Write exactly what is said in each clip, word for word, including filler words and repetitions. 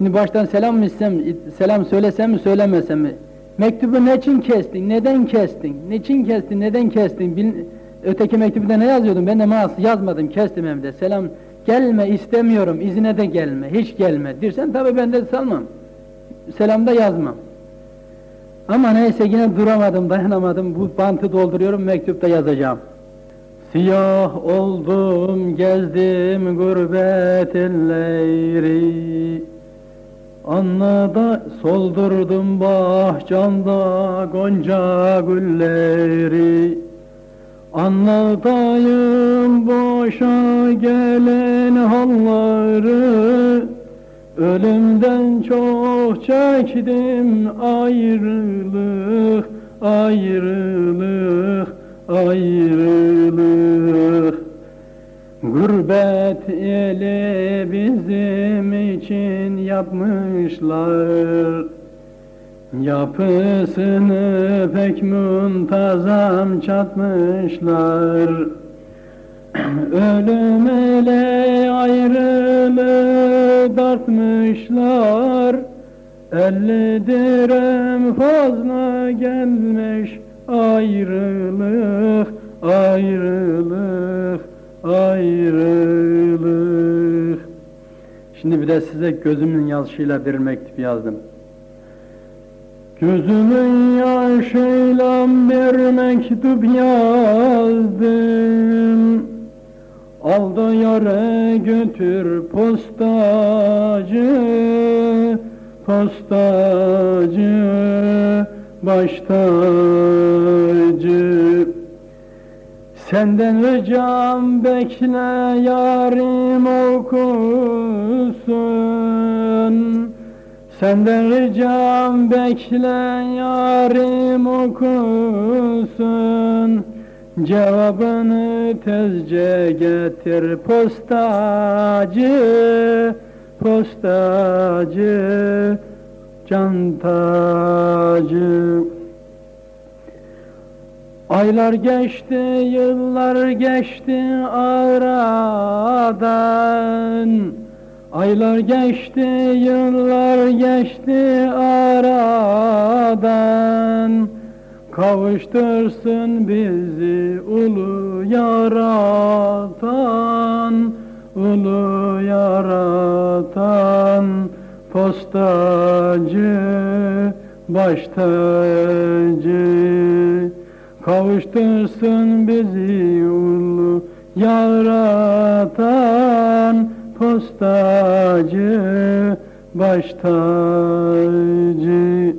Şimdi baştan selam mı istem, selam söylesem mi söylemesem mi? Mektubu ne için kestin, neden kestin, niçin kestin, neden kestin? Bil, öteki mektubda ne yazıyordum? Ben de maas yazmadım, kestim hem de. Selam gelme istemiyorum, izine de gelme, hiç gelme dersen tabi ben de salmam. Selamda yazmam. Ama neyse yine duramadım, dayanamadım. Bu bantı dolduruyorum, mektupta yazacağım. Siyah oldum, gezdim gurbet elleri. Anlada soldurdum bahçamda gonca gülleri. Anladayım boşa gelen halları. Ölümden çok çektim ayrılık, ayrılık, ayrılık. Gurbet eli bizim için yapmışlar. Yapısını pek muntazam çatmışlar. Ölüm ele ayrılığı dartmışlar. Elli dirhem fazla gelmiş ayrılık, ayrılık, ayrılık. Şimdi bir de size gözümün yaşıyla bir mektup yazdım. Gözümün yaşıyla bir mektup yazdım. Al da yâre götür postacı, postacı, baş tacı. Senden ricam bekle yarim okusun. Senden ricam bekle yarim okusun. Cevabını tezce getir postacı, postacı, cantacı. Aylar geçti, yıllar geçti aradan. Aylar geçti, yıllar geçti aradan. Kavuştursun bizi ulu yaratan, ulu yaratan. Postacı, baş tacı. Kavuştursun bizi ulu yaratan. Postacı, baş tacı.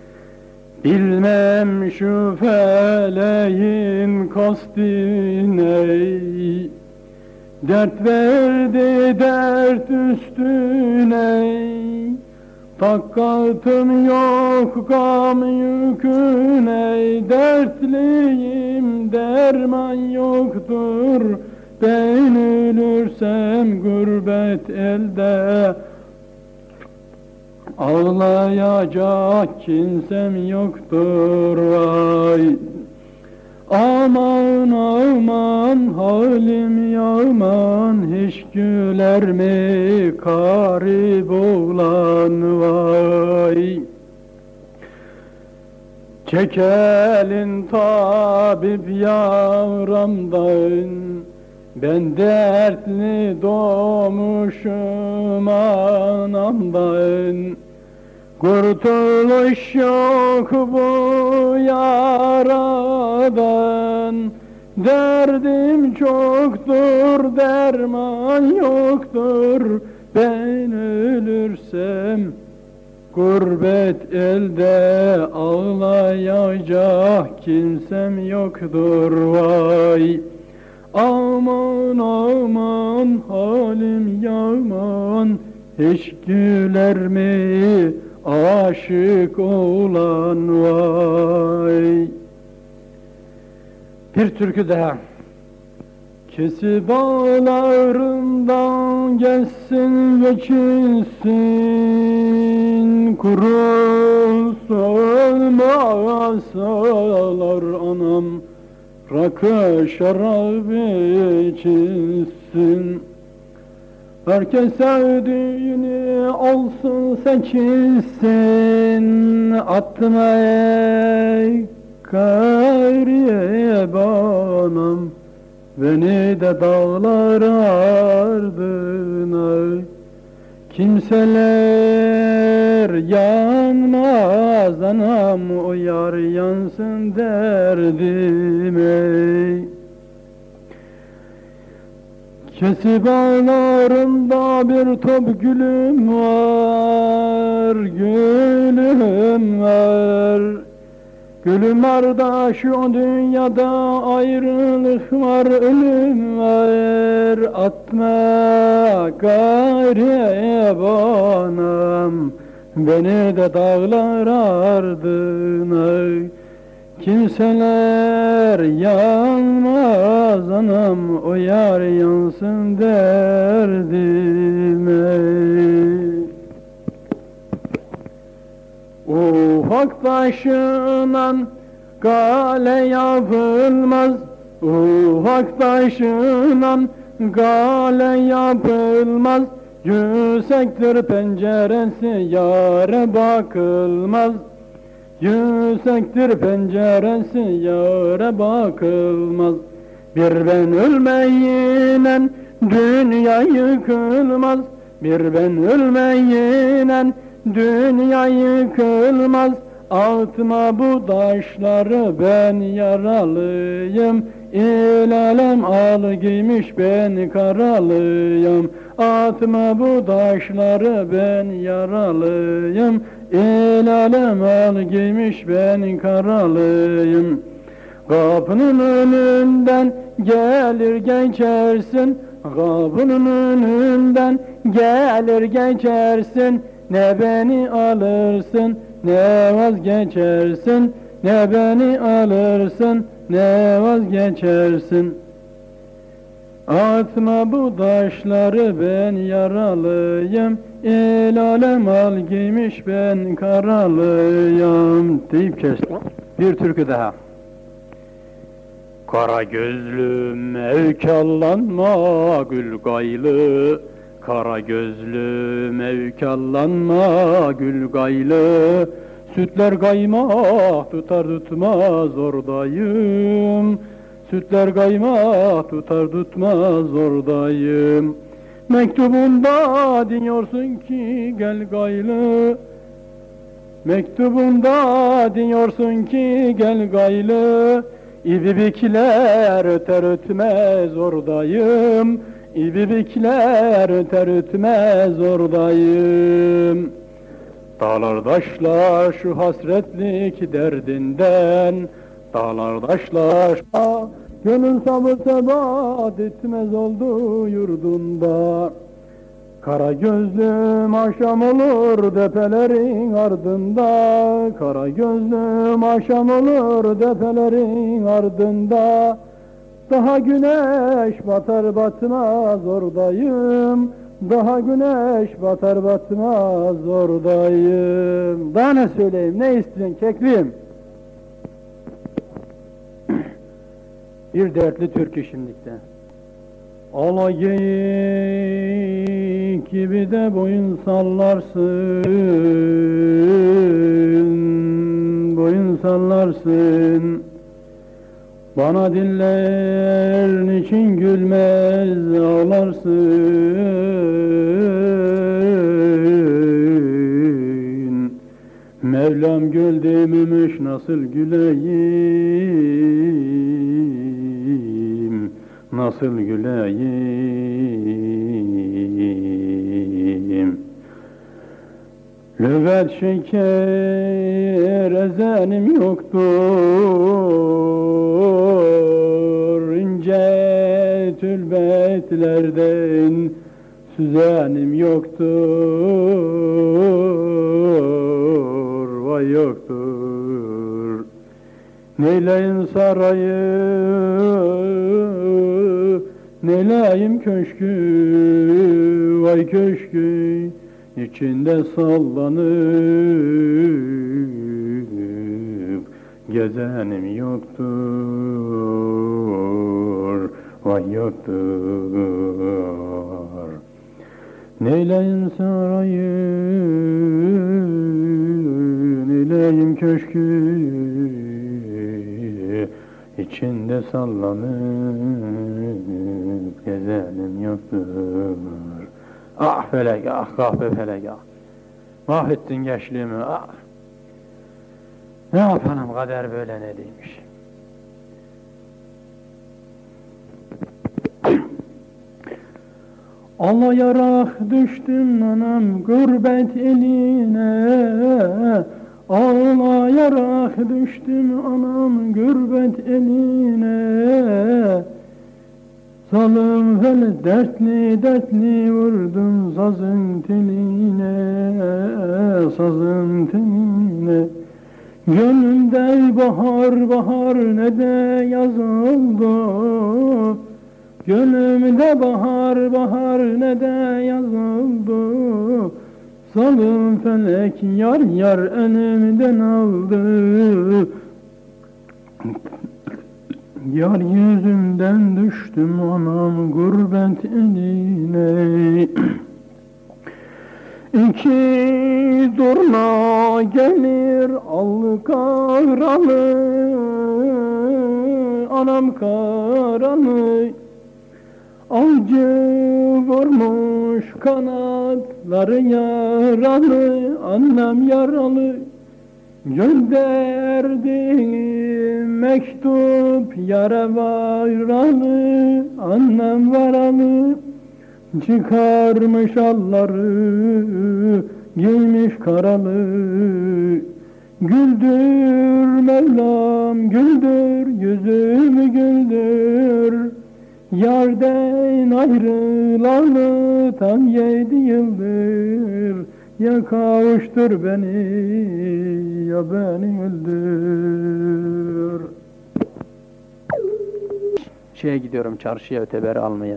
Bilmem şu feleğin kastine, dert verdi dert üstüne. Takatım yok gam yüküne, dertliyim derman yoktur. Ben ölürsem gurbet elde, ağlayacak kimsem yoktur vay. Aman aman halim yaman, hiç güler mi garip oğlan vay. Çekelin tabip yaramdan, ben dertli doğmuşum anamdan. Kurtuluş yok bu yaradan. Derdim çoktur, derman yoktur. Ben ölürsem gurbet elde, ağlayacak kimsem yoktur vay. Aman aman halim yaman, hiç güler mi aşık olan vay. Bir türkü daha. Kesip bağlarından geçsin geçilsin, kurulsun masalar anam, rakı şarap içilsin. Herkes sevdiğini olsun seçilsin, atma ey garibanım, beni de dağlar ardına. Kimseler yanmaz anam, o yar yansın derdime. Kesip ağlarında bir top gülüm var, gülüm var. Gülüm var da şu dünyada ayrılık var, ölüm var. Atma garibanım, beni de dağlar ardına. Kimseler yanmaz anam, o yar yansın derdime. Ufak taşınan kale yapılmaz, ufak taşınan kale yapılmaz. Yüksektir penceresi, yâre bakılmaz. Yüksektir penceresi, yâre bakılmaz. Bir ben ölmeyinen dünya yıkılmaz. Bir ben ölmeyinen dünya yıkılmaz. Atma bu taşları, ben yaralıyım. İl alem al giymiş, ben karalıyım. Atma bu taşları, ben yaralıyım. İl alem al giymiş, ben karalıyım. Kapının önünden gelir geçersin, kapının önünden gelir geçersin. Ne beni alırsın, ne vazgeçersin, ne beni alırsın, ne vazgeçersin. Atma bu taşları, ben yaralıyım. El alem al giymiş, ben karalıyım deyip kestim. Bir türkü daha. Kara gözlüm evkallanma gül gaylı, kara gözlüm evkallanma gül gaylı. Sütler kaymak tutar tutmaz oradayım, sütler kaymak tutar tutmaz oradayım. Mektubunda diyorsun ki gel gaylı, mektubunda diyorsun ki gel gaylı. İbibikler öter ötmez oradayım, İbibikler öter ötmez oradayım. Dağlar taşlar şu hasretlik derdinden, dağlar taşlar ah, gönül sabır sebat etmez oldu yurdunda. Kara gözlüm akşam olur depelerin ardında, kara gözlüm akşam olur depelerin ardında. Daha güneş batar batmaz oradayım, daha güneş batar batmaz oradayım. Daha ne söyleyeyim, ne istiyorsun kekliyim? Bir dertli türkü şimdilikte. Ala geyik gibi de boyun sallarsın, boyun sallarsın. Bana diller niçin gülmez ağlarsın. Mevlam gül dememiş nasıl güleyim, nasıl güleyim. Lügat şeker ezenim yoktur, ince tülbetlerden süzenim yoktur, vay yoktur. Neyleyim sarayı, neyleyim köşkü, vay köşkü. İçinde sallanıp gezenim yoktur, vay yoktur. Neyleyim sarayı, neyleyim köşkü, içinde sallanıp gezelim yoktur. Ah felek, ah kahpe felek, ah! Mahvettin gençliğimi, ah! Ne yapalım, kader böyle ne değilmiş. Ağlayarak düştüm anam gurbet eline, ağlayarak düştüm anam gurbet eline. Salım fel dertli dertli vurdum sazın teline, sazın teline. Gönlümde bahar bahar ne de yaz oldu. Gönlümde bahar bahar ne de yaz oldu. Salım felek yar yar elimden aldı. Yar yüzümden düştüm anam gurbet eline. İki durna gelir al karalı, anam karalı. Avcı vurmuş kanatları yaralı, annem yaralı. Gönderdim mektup yara varalı, annem varalı. Çıkarmış alları, giymiş karalı. Güldür Mevlam güldür, yüzümü güldür. Yarden ayrılalı tam yedi yıldır. Ya kavuştur beni, ya beni öldür. Şeye gidiyorum çarşıya öteberi almaya.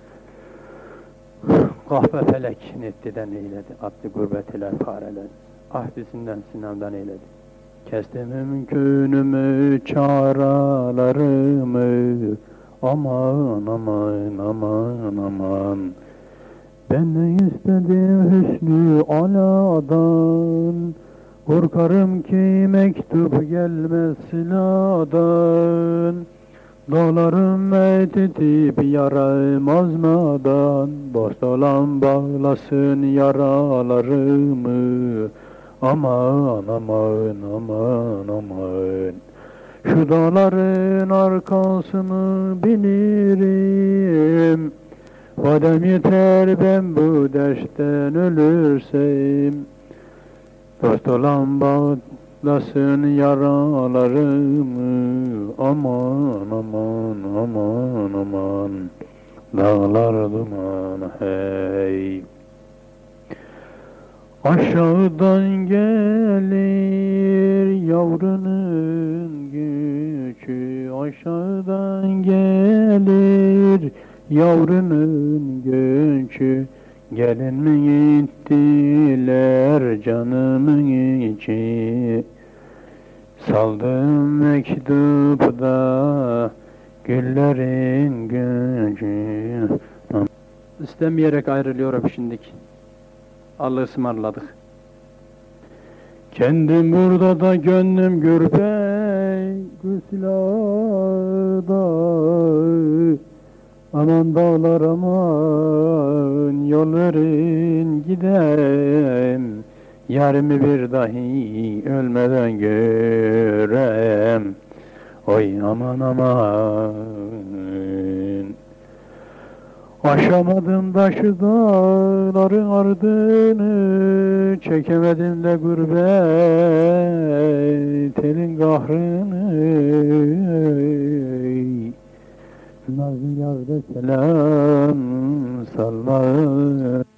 Kahve felek nettiden eyledi, attı gurbetiler fareler. Ahdisinden sinamdan eyledi. Kesti mümkünümü, çaralarımı. Aman aman aman aman. Ben ne istedim hüsnü aladan. Korkarım ki mektup gelmez silahdan. Dağlarım etitip yaram azmadan. Dost olan bağlasın yaralarımı. Aman aman aman aman. Şu dağların arkasını bilirim. Vadem yeter ben bu dersten ölürsem. Dost olan bağlasın yaralarımı. Aman aman aman aman. Dağlar duman hey. Aşağıdan gelir yavrunun göçü, aşağıdan gelir yavrunun göçü. Gelin mi gittiler canımın içi, saldım mektupta güllerin göçü. İstemeyerek ayrılıyorum şimdiki. Allah'ı ısmarladık. Kendim burada da gönlüm gürbey Güslada. Aman dağlar aman yol verin gidem. Yarimi bir dahi ölmeden görem. Oy aman aman. Aşamadım da şu dağların ardını, çekemedim de gurbet elin kahrını. Nazlı yazdı selam salma.